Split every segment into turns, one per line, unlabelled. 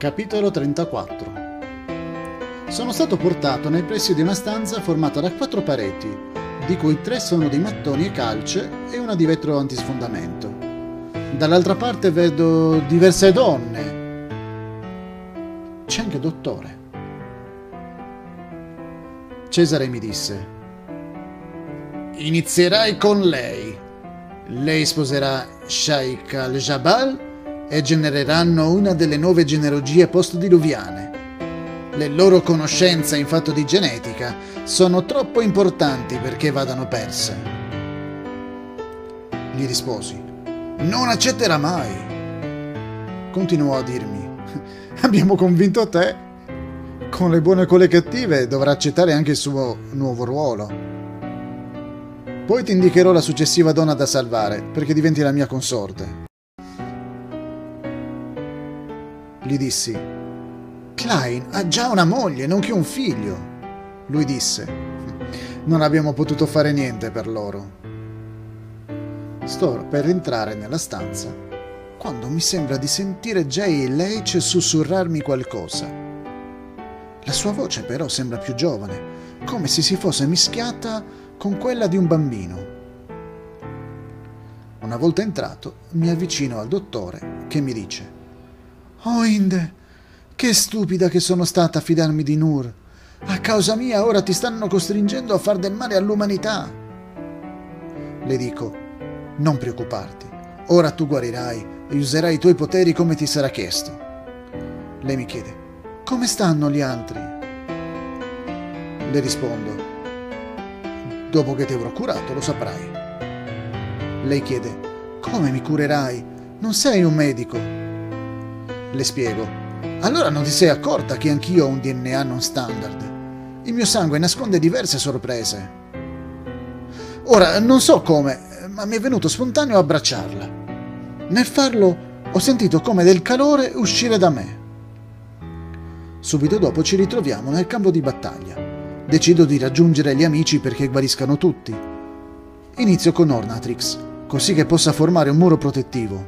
Capitolo 34. Sono stato portato nei pressi di una stanza formata da 4 pareti, di cui 3 sono di mattoni e calce e una di vetro antisfondamento. Dall'altra parte vedo diverse donne. C'è anche dottore. Cesare mi disse: inizierai con lei. Lei sposerà Sheikh al-Jabal e genereranno una delle 9 genealogie post-diluviane. Le loro conoscenze in fatto di genetica sono troppo importanti perché vadano perse. Gli risposi: non accetterà mai. Continuò a dirmi: abbiamo convinto te. Con le buone e con le cattive dovrà accettare anche il suo nuovo ruolo. Poi ti indicherò la successiva donna da salvare perché diventi la mia consorte. Gli dissi: Klein ha già una moglie, nonché un figlio. Lui disse: non abbiamo potuto fare niente per loro. Sto per entrare nella stanza quando mi sembra di sentire Jay Leitch sussurrarmi qualcosa. La sua voce però sembra più giovane, come se si fosse mischiata con quella di un bambino. Una volta entrato, mi avvicino al dottore che mi dice: oh Inde, che stupida che sono stata a fidarmi di Nur. A causa mia ora ti stanno costringendo a far del male all'umanità. Le dico: non preoccuparti, ora tu guarirai e userai i tuoi poteri come ti sarà chiesto. Lei mi chiede: come stanno gli altri? Le rispondo: dopo che ti avrò curato lo saprai. Lei chiede: come mi curerai? Non sei un medico. Le spiego: allora non ti sei accorta che anch'io ho un DNA non standard? Il mio sangue nasconde diverse sorprese. Ora, non so come, ma mi è venuto spontaneo abbracciarla. Nel farlo ho sentito come del calore uscire da me. Subito dopo ci ritroviamo nel campo di battaglia. Decido di raggiungere gli amici perché guariscano tutti. Inizio con Ornatrix, così che possa formare un muro protettivo.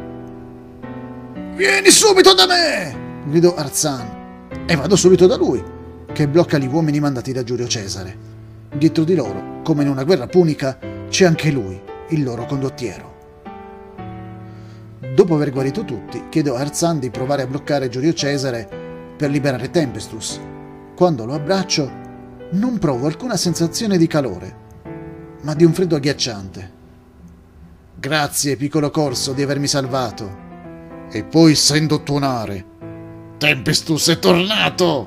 Vieni subito da me! Gridò Arzan, e vado subito da lui, che blocca gli uomini mandati da Giulio Cesare. Dietro di loro, come in una guerra punica, c'è anche lui, il loro condottiero. Dopo aver guarito tutti, chiedo a Arzan di provare a bloccare Giulio Cesare per liberare Tempestus. Quando lo abbraccio, non provo alcuna sensazione di calore, ma di un freddo agghiacciante. Grazie, piccolo corso, di avermi salvato. E poi sento tuonare: Tempestus è tornato!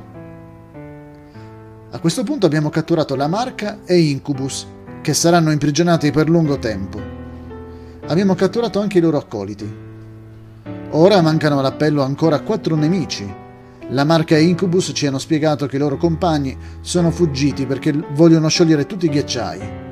A questo punto abbiamo catturato la Marca e Incubus, che saranno imprigionati per lungo tempo. Abbiamo catturato anche i loro accoliti. Ora mancano all'appello ancora 4 nemici. La Marca e Incubus ci hanno spiegato che i loro compagni sono fuggiti perché vogliono sciogliere tutti i ghiacciai.